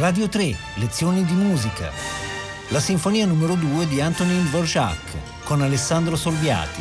Radio 3, lezioni di musica. La sinfonia numero 2 di Antonin Dvorak con Alessandro Solviati.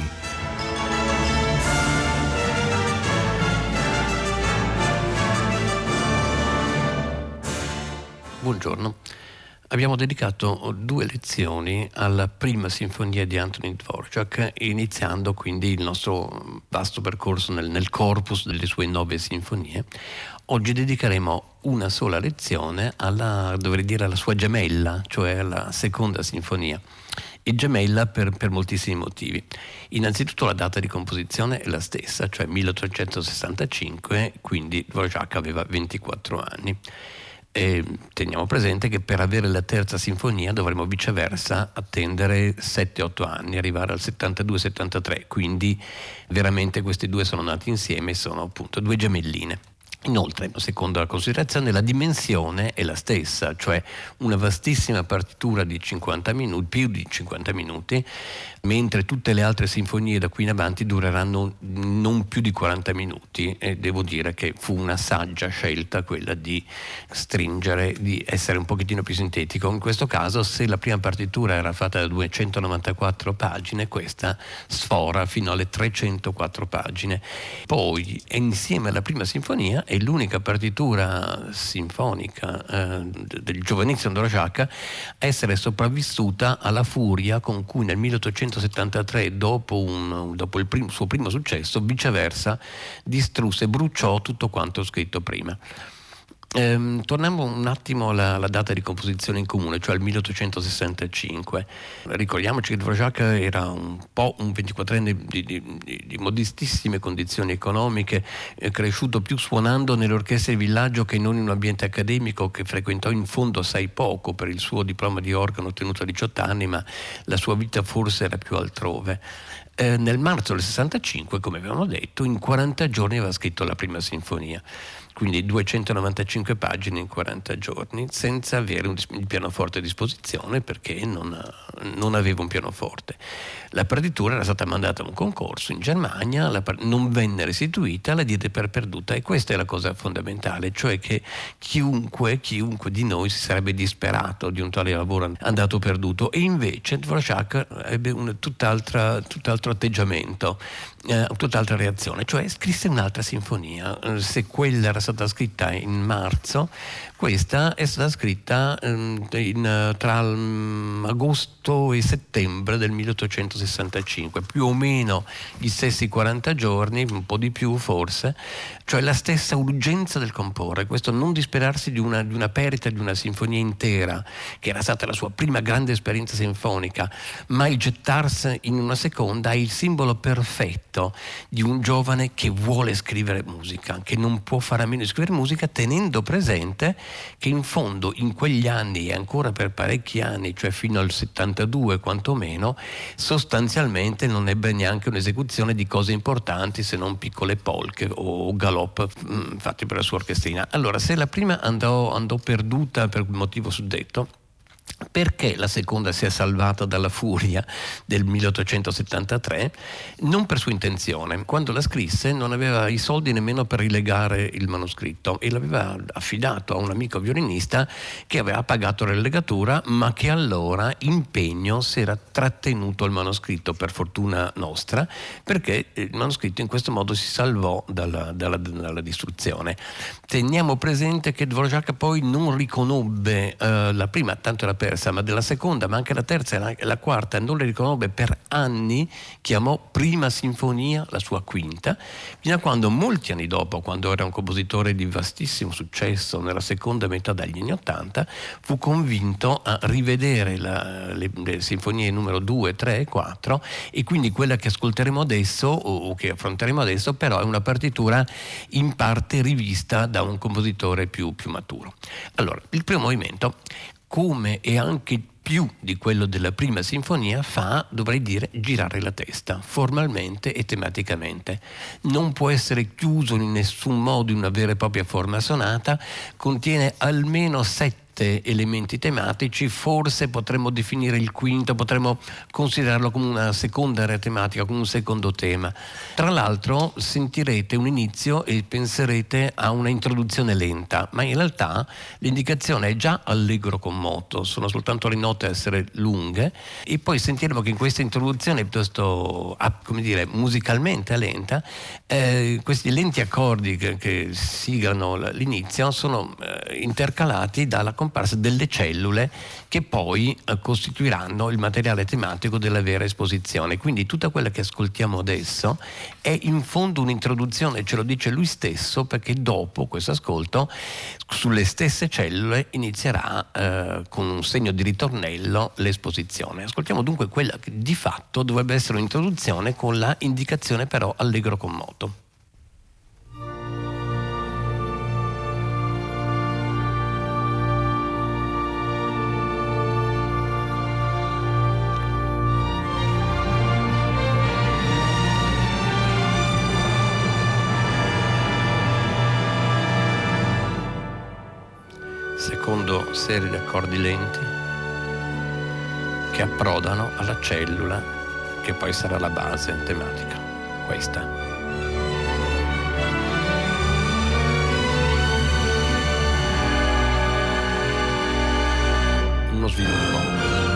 Buongiorno. Abbiamo dedicato 2 lezioni alla prima sinfonia di Antonin Dvorak, iniziando quindi il nostro vasto percorso nel corpus delle sue 9 sinfonie. Oggi dedicheremo una sola lezione alla sua gemella, cioè alla seconda sinfonia. E gemella per moltissimi motivi. Innanzitutto la data di composizione è la stessa, cioè 1865, quindi Dvorak aveva 24 anni. E teniamo presente che per avere la terza sinfonia dovremo viceversa attendere 7-8 anni, arrivare al 72-73, quindi veramente questi 2 sono nati insieme, sono appunto 2 gemelline. Inoltre, secondo la considerazione, la dimensione è la stessa, cioè una vastissima partitura di 50 minuti, più di 50 minuti, mentre tutte le altre sinfonie da qui in avanti dureranno non più di 40 minuti e devo dire che fu una saggia scelta quella di stringere, di essere un pochettino più sintetico. In questo caso, se la prima partitura era fatta da 294 pagine, questa sfora fino alle 304 pagine. Poi, insieme alla prima sinfonia, è l'unica partitura sinfonica del giovanissimo Dvorak a essere sopravvissuta alla furia con cui nel 1873, dopo il suo primo successo, viceversa distrusse, bruciò tutto quanto scritto prima. Torniamo un attimo alla data di composizione in comune, cioè il 1865. Ricordiamoci che Dvorak era un 24enne di modestissime condizioni economiche, cresciuto più suonando nelle orchestre di villaggio che non in un ambiente accademico, che frequentò in fondo assai poco per il suo diploma di organo ottenuto a 18 anni, ma la sua vita forse era più altrove. Nel marzo del 65, come avevamo detto, in 40 giorni aveva scritto la prima sinfonia, quindi 295 pagine in 40 giorni, senza avere il pianoforte a disposizione, perché non aveva un pianoforte. La partitura era stata mandata a un concorso in Germania, non venne restituita, la diede per perduta, e questa è la cosa fondamentale, cioè che chiunque di noi si sarebbe disperato di un tale lavoro andato perduto, e invece Dvorak ebbe un tutt'altro atteggiamento, tutt'altra reazione, cioè scrisse un'altra sinfonia. Se quella era stata scritta in marzo, questa è stata scritta tra agosto e settembre del 1865, più o meno gli stessi 40 giorni, un po' di più forse, cioè la stessa urgenza del comporre, questo non disperarsi di una perdita di una sinfonia intera, che era stata la sua prima grande esperienza sinfonica, ma il gettarsi in una seconda è il simbolo perfetto di un giovane che vuole scrivere musica, che non può fare a meno di scrivere musica, tenendo presente che in fondo in quegli anni e ancora per parecchi anni, cioè fino al 72 quantomeno, sostanzialmente non ebbe neanche un'esecuzione di cose importanti se non piccole polche o galop fatti per la sua orchestrina. Allora, se la prima andò perduta per il motivo suddetto, perché la seconda si è salvata dalla furia del 1873? Non per sua intenzione. Quando la scrisse non aveva i soldi nemmeno per rilegare il manoscritto e l'aveva affidato a un amico violinista che aveva pagato la legatura, ma che allora impegno si era trattenuto il manoscritto, per fortuna nostra, perché il manoscritto in questo modo si salvò dalla distruzione. Teniamo presente che Dvorak poi non riconobbe la prima, tanto era persa, ma della seconda, ma anche la terza e la quarta non le riconobbe per anni, chiamò prima sinfonia la sua quinta, fino a quando molti anni dopo, quando era un compositore di vastissimo successo nella seconda metà degli anni '80, fu convinto a rivedere le sinfonie numero 2, 3 e 4, e quindi quella che ascolteremo adesso o che affronteremo adesso però è una partitura in parte rivista da un compositore più maturo. Allora, il primo movimento, come e anche più di quello della prima sinfonia, dovrei dire, girare la testa, formalmente e tematicamente. Non può essere chiuso in nessun modo in una vera e propria forma sonata, contiene almeno 7 7 elementi tematici, forse potremmo definire il quinto, potremmo considerarlo come una seconda area tematica, come un secondo tema. Tra l'altro sentirete un inizio e penserete a una introduzione lenta, ma in realtà l'indicazione è già allegro con moto, sono soltanto le note a essere lunghe, e poi sentiremo che in questa introduzione piuttosto, come dire, musicalmente lenta, questi lenti accordi che siglano l'inizio sono intercalati dalla comparsa delle cellule che poi costituiranno il materiale tematico della vera esposizione. Quindi tutta quella che ascoltiamo adesso è in fondo un'introduzione, ce lo dice lui stesso, perché dopo questo ascolto sulle stesse cellule inizierà con un segno di ritornello l'esposizione. Ascoltiamo dunque quella che di fatto dovrebbe essere un'introduzione con la indicazione però allegro con moto. Secondo serie di accordi lenti che approdano alla cellula che poi sarà la base tematica. Questa. Uno sviluppo.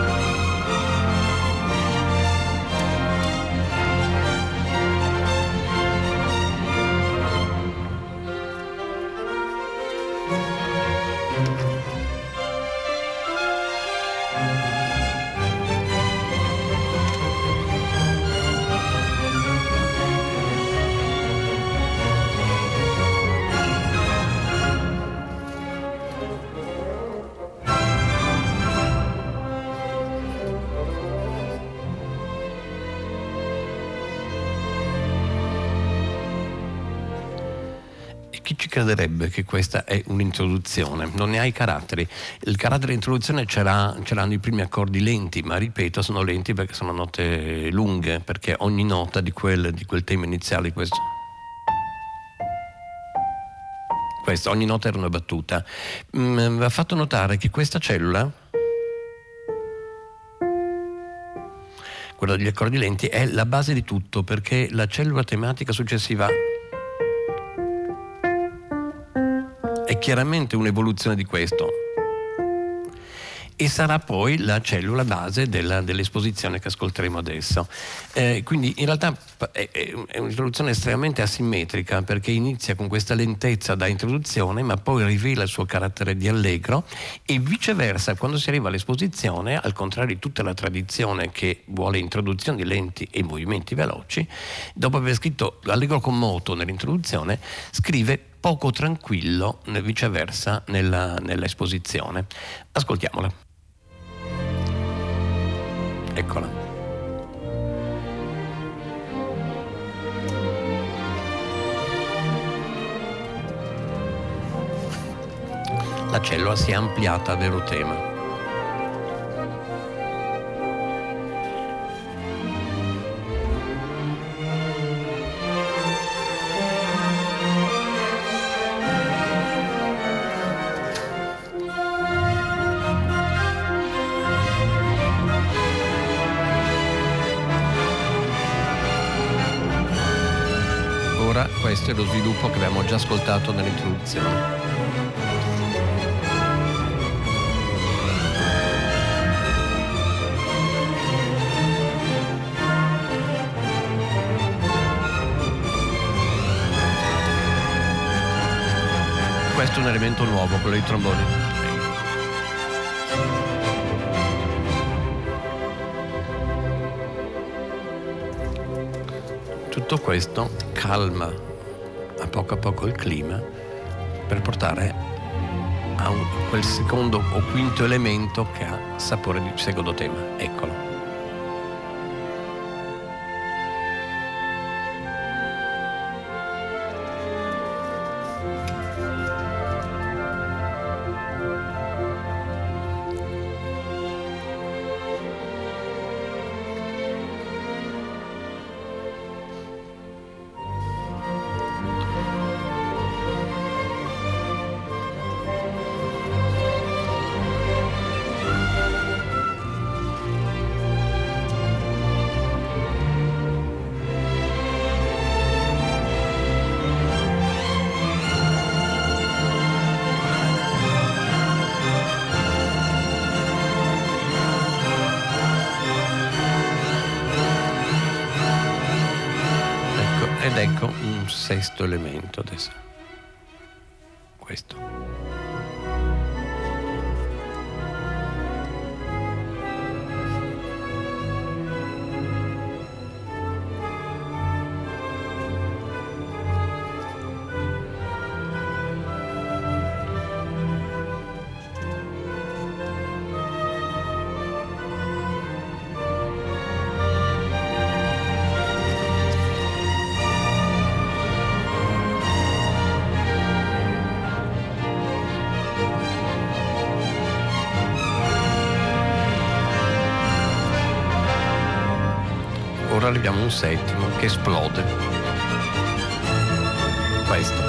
Chi ci crederebbe che questa è un'introduzione? Non ne ha i caratteri. Il carattere di introduzione ce l'hanno i primi accordi lenti, ma ripeto, sono lenti perché sono note lunghe, perché ogni nota di quel tema iniziale, ogni nota era una battuta. Va fatto notare che questa cellula, quella degli accordi lenti, è la base di tutto, perché la cellula tematica successiva è chiaramente un'evoluzione di questo e sarà poi la cellula base dell'esposizione che ascolteremo adesso. Quindi in realtà è un'introduzione estremamente asimmetrica, perché inizia con questa lentezza da introduzione ma poi rivela il suo carattere di allegro, e viceversa quando si arriva all'esposizione, al contrario di tutta la tradizione che vuole introduzioni lenti e movimenti veloci, dopo aver scritto allegro con moto nell'introduzione scrive poco tranquillo viceversa nella esposizione. Ascoltiamola. Eccola. La cellula si è ampliata a vero tema. Questo è lo sviluppo che abbiamo già ascoltato nell'introduzione. Questo è un elemento nuovo, quello dei tromboni. Tutto questo calma a poco il clima per portare a quel secondo o quinto elemento che ha sapore di secondo tema. Eccolo. un sesto elemento adesso. Questo. Ora arriviamo a un settimo che esplode. Questo.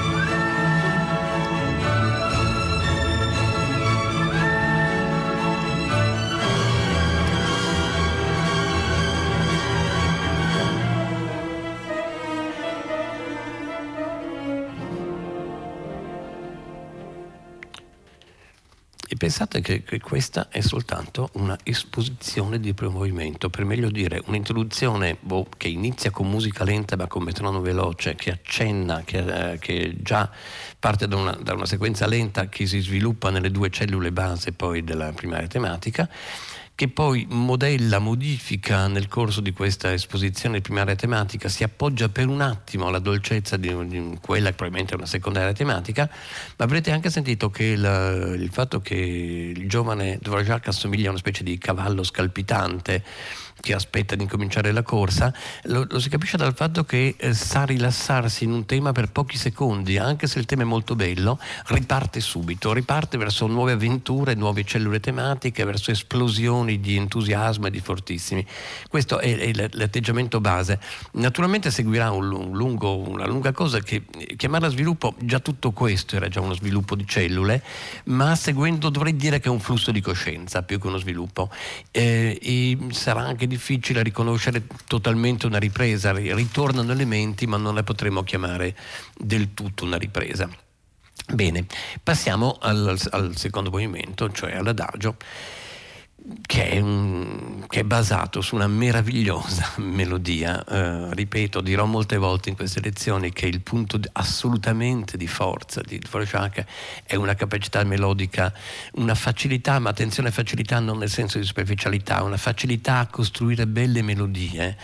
E pensate che questa è soltanto una esposizione di primo movimento, per meglio dire un'introduzione che inizia con musica lenta ma con metronomo veloce, che accenna, che già parte da una sequenza lenta che si sviluppa nelle due cellule base poi della primaria tematica, che poi modella, modifica nel corso di questa esposizione primaria tematica, si appoggia per un attimo alla dolcezza di quella che probabilmente è una secondaria tematica, ma avrete anche sentito che il fatto che il giovane Dvorak assomiglia a una specie di cavallo scalpitante che aspetta di incominciare la corsa, lo si capisce dal fatto che sa rilassarsi in un tema per pochi secondi, anche se il tema è molto bello, riparte subito, riparte verso nuove avventure, nuove cellule tematiche, verso esplosioni di entusiasmo e di fortissimi. Questo è l'atteggiamento base. Naturalmente seguirà una lunga cosa che chiamarla sviluppo, già tutto questo era già uno sviluppo di cellule, ma seguendo dovrei dire che è un flusso di coscienza più che uno sviluppo, e sarà anche difficile riconoscere totalmente una ripresa, ritornano elementi ma non la potremo chiamare del tutto una ripresa. Bene, passiamo al secondo movimento, cioè all'adagio, che è basato su una meravigliosa melodia. Ripeto, dirò molte volte in queste lezioni che il punto assolutamente di forza di Dvorak è una capacità melodica, una facilità, ma attenzione, facilità non nel senso di superficialità, una facilità a costruire belle melodie,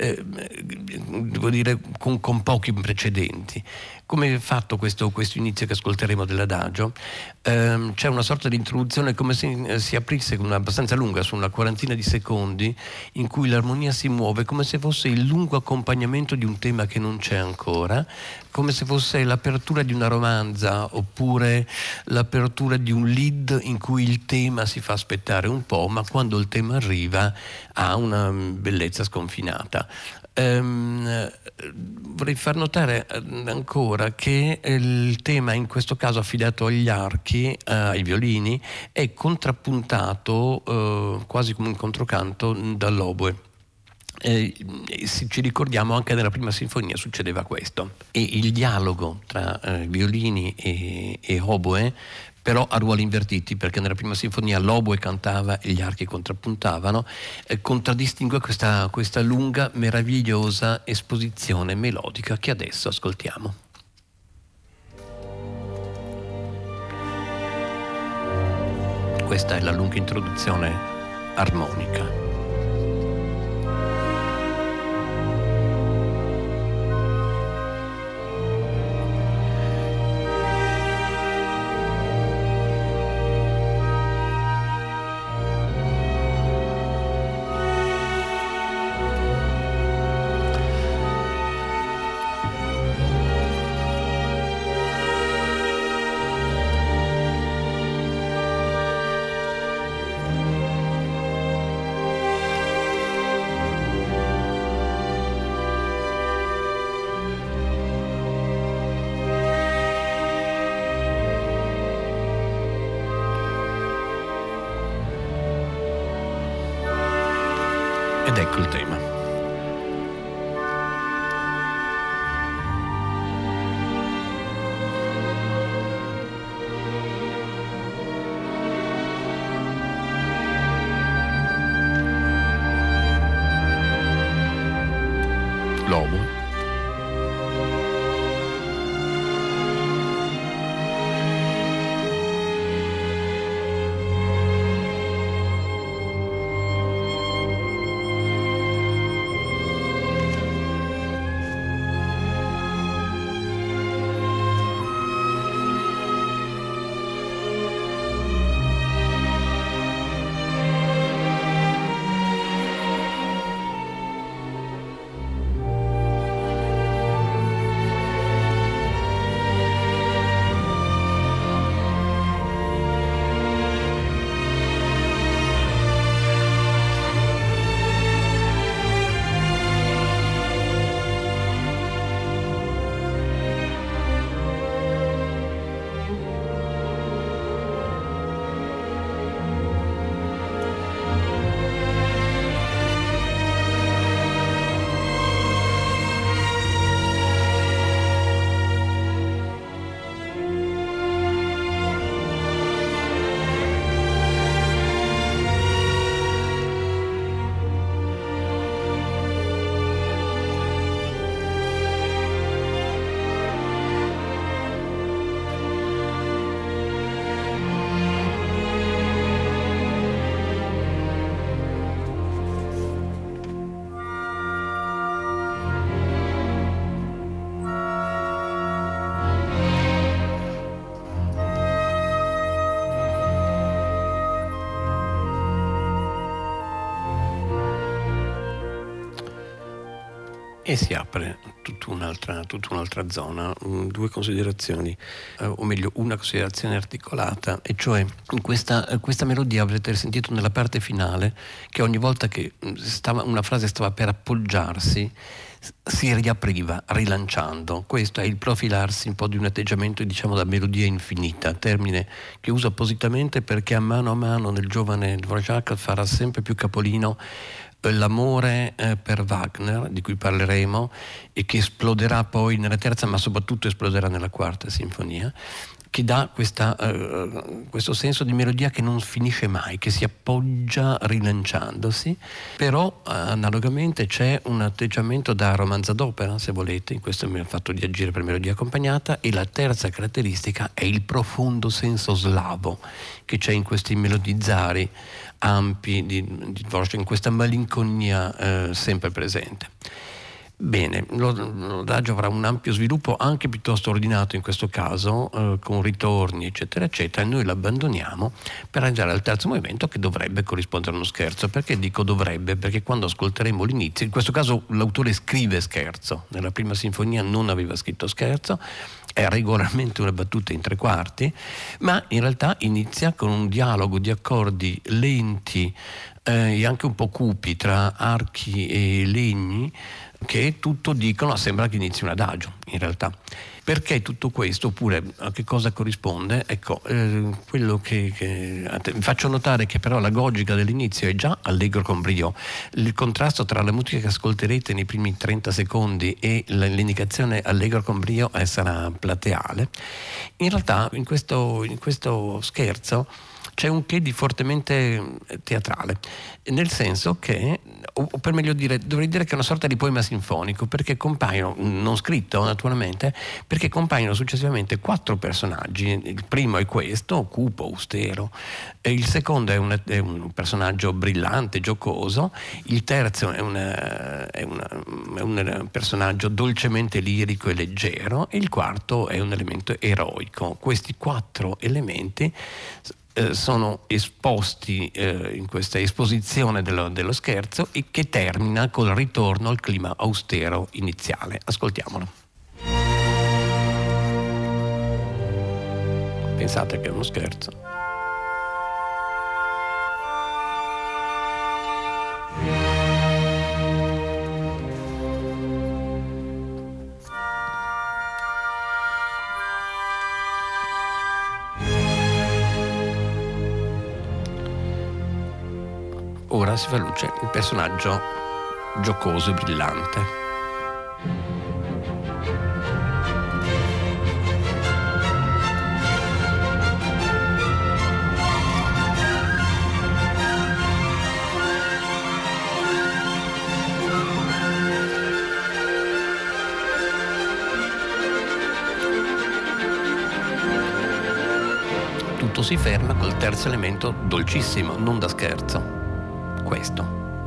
devo dire con pochi precedenti. Come è fatto questo inizio che ascolteremo dell'adagio? C'è una sorta di introduzione come se si aprisse abbastanza lunga, su una quarantina di secondi, in cui l'armonia si muove come se fosse il lungo accompagnamento di un tema che non c'è ancora, come se fosse l'apertura di una romanza oppure l'apertura di un lead in cui il tema si fa aspettare un po', ma quando il tema arriva ha una bellezza sconfinata. Vorrei far notare ancora che il tema in questo caso affidato agli archi, ai violini, è contrappuntato quasi come un controcanto dall'oboe. Ci ricordiamo anche nella prima sinfonia succedeva questo, e il dialogo tra violini e oboe però a ruoli invertiti, perché nella prima sinfonia l'oboe cantava e gli archi contrappuntavano, contraddistingue questa lunga, meravigliosa esposizione melodica che adesso ascoltiamo. Questa è la lunga introduzione armonica. Ed ecco il tema. L'oboe. e si apre tutta un'altra zona. Due considerazioni, o meglio una considerazione articolata, e cioè questa melodia avrete sentito nella parte finale che ogni volta che una frase stava per appoggiarsi si riapriva rilanciando. Questo è il profilarsi un po' di un atteggiamento, diciamo, da melodia infinita, termine che uso appositamente perché a mano nel giovane Dvorak farà sempre più capolino l'amore per Wagner, di cui parleremo, e che esploderà poi nella terza, ma soprattutto esploderà nella quarta sinfonia, che dà questo senso di melodia che non finisce mai, che si appoggia rilanciandosi. Però analogamente c'è un atteggiamento da romanza d'opera, se volete, in questo il fatto di agire per melodia accompagnata, e la terza caratteristica è il profondo senso slavo che c'è in questi melodizzari ampi di Dvorak, in questa malinconia sempre presente. Bene, l'adagio avrà un ampio sviluppo anche piuttosto ordinato in questo caso, con ritorni eccetera eccetera, e noi l'abbandoniamo per arrivare al terzo movimento, che dovrebbe corrispondere a uno scherzo. Perché dico dovrebbe? Perché quando ascolteremo l'inizio, in questo caso l'autore scrive scherzo, nella prima sinfonia non aveva scritto scherzo, è regolarmente una battuta in tre quarti, ma in realtà inizia con un dialogo di accordi lenti e anche un po' cupi tra archi e legni, che tutto dicono, sembra che inizi un adagio in realtà. Perché tutto questo, oppure a che cosa corrisponde? Ecco, quello che vi faccio notare che però la logica dell'inizio è già allegro con brio. Il contrasto tra la musica che ascolterete nei primi 30 secondi e l'indicazione allegro con brio sarà plateale. In realtà in questo scherzo c'è un che di fortemente teatrale, nel senso che, o per meglio dire, dovrei dire che è una sorta di poema sinfonico, perché compaiono, non scritto naturalmente, perché compaiono successivamente 4 personaggi. Il primo è questo, cupo, austero, e il secondo è un personaggio brillante, giocoso, il terzo è un personaggio dolcemente lirico e leggero, e il quarto è un elemento eroico. Questi 4 elementi sono esposti in questa esposizione dello scherzo, e che termina col ritorno al clima austero iniziale. Ascoltiamolo. Pensate che è uno scherzo. Ora si fa luce il personaggio giocoso e brillante. Tutto si ferma col terzo elemento dolcissimo, non da scherzo. Questo.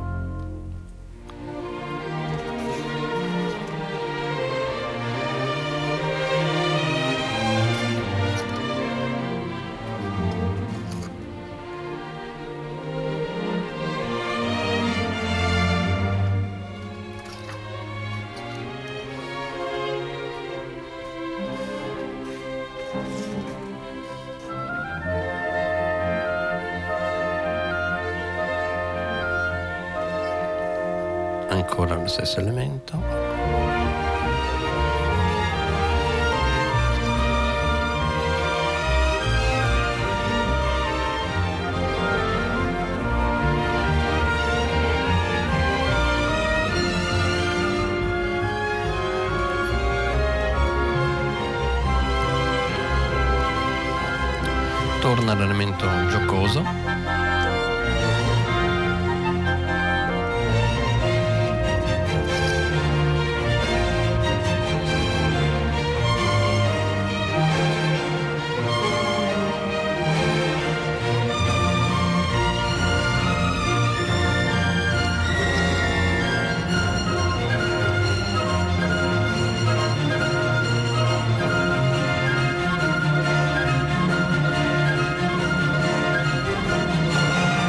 Ancora lo stesso elemento. Torna l'elemento giocoso.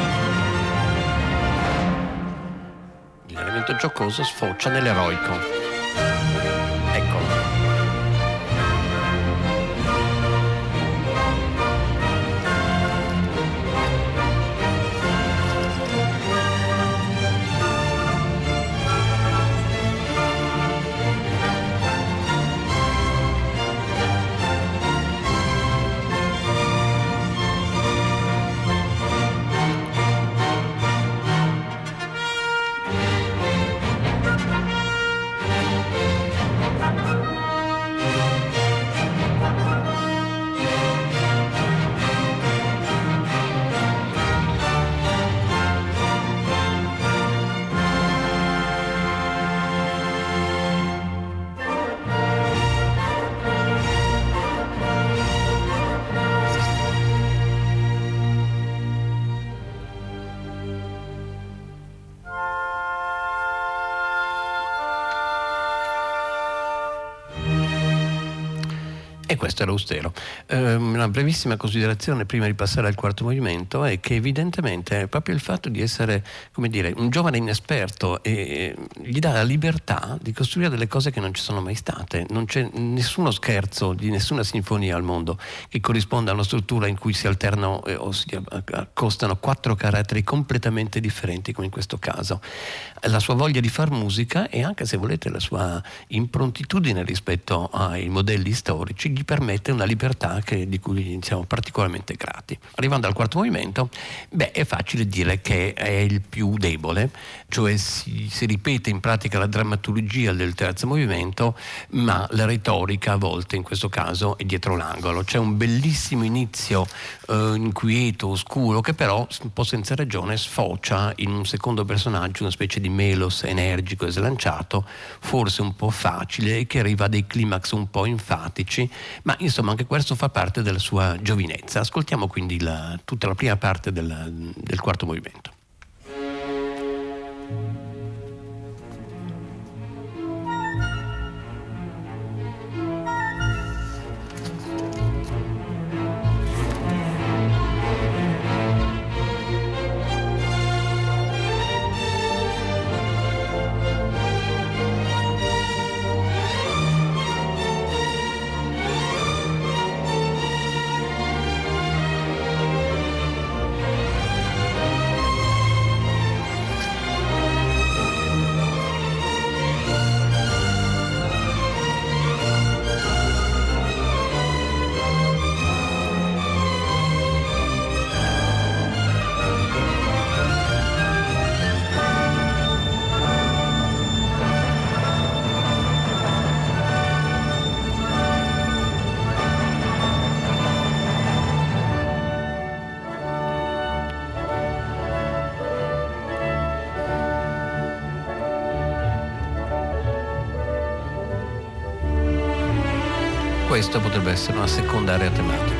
Giocoso sfocia nell'eroico. E questo era austero. Una brevissima considerazione prima di passare al quarto movimento è che evidentemente proprio il fatto di essere, come dire, un giovane inesperto gli dà la libertà di costruire delle cose che non ci sono mai state. Non c'è nessuno scherzo di nessuna sinfonia al mondo che corrisponda a una struttura in cui si alternano o si accostano 4 caratteri completamente differenti, come in questo caso. La sua voglia di far musica e anche, se volete, la sua improntitudine rispetto ai modelli storici gli permette una libertà di cui siamo particolarmente grati. Arrivando al quarto movimento, è facile dire che è il più debole, cioè si ripete in pratica la drammaturgia del terzo movimento, ma la retorica a volte in questo caso è dietro l'angolo. C'è un bellissimo inizio inquieto, oscuro, che però un po' senza ragione sfocia in un secondo personaggio, una specie di Melos energico e slanciato, forse un po' facile, e che arriva a dei climax un po' enfatici, ma insomma anche questo fa parte della sua giovinezza. Ascoltiamo quindi tutta la prima parte del quarto movimento. Questa potrebbe essere una seconda area tematica.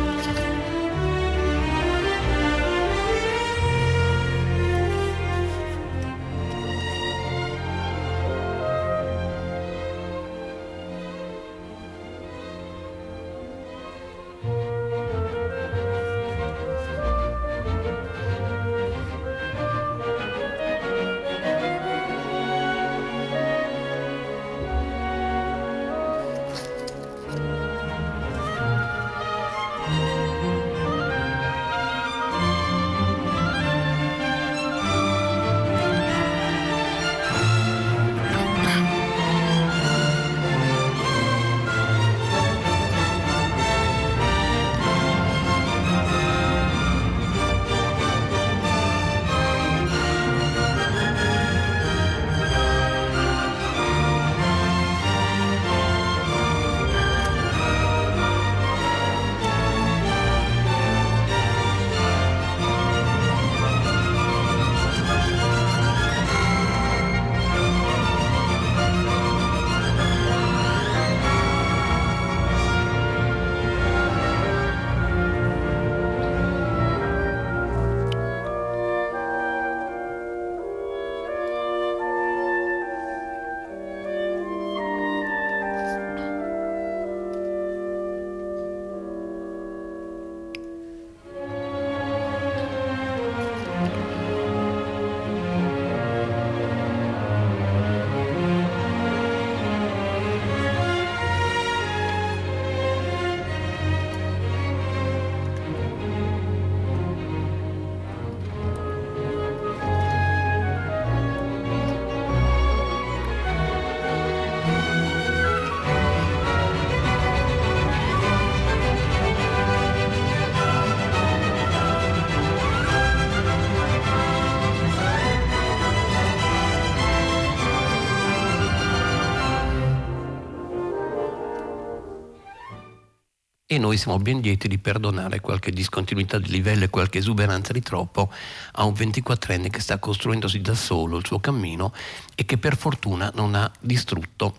E noi siamo ben lieti di perdonare qualche discontinuità di livello e qualche esuberanza di troppo a un 24enne che sta costruendosi da solo il suo cammino e che per fortuna non ha distrutto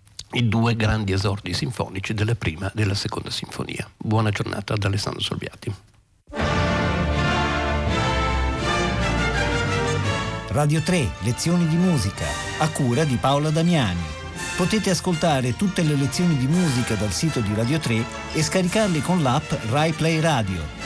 i 2 grandi esordi sinfonici della prima e della seconda sinfonia. Buona giornata da Alessandro Solviati. Radio 3, lezioni di musica, a cura di Paola Damiani. Potete ascoltare tutte le lezioni di musica dal sito di Radio 3 e scaricarle con l'app Rai Play Radio.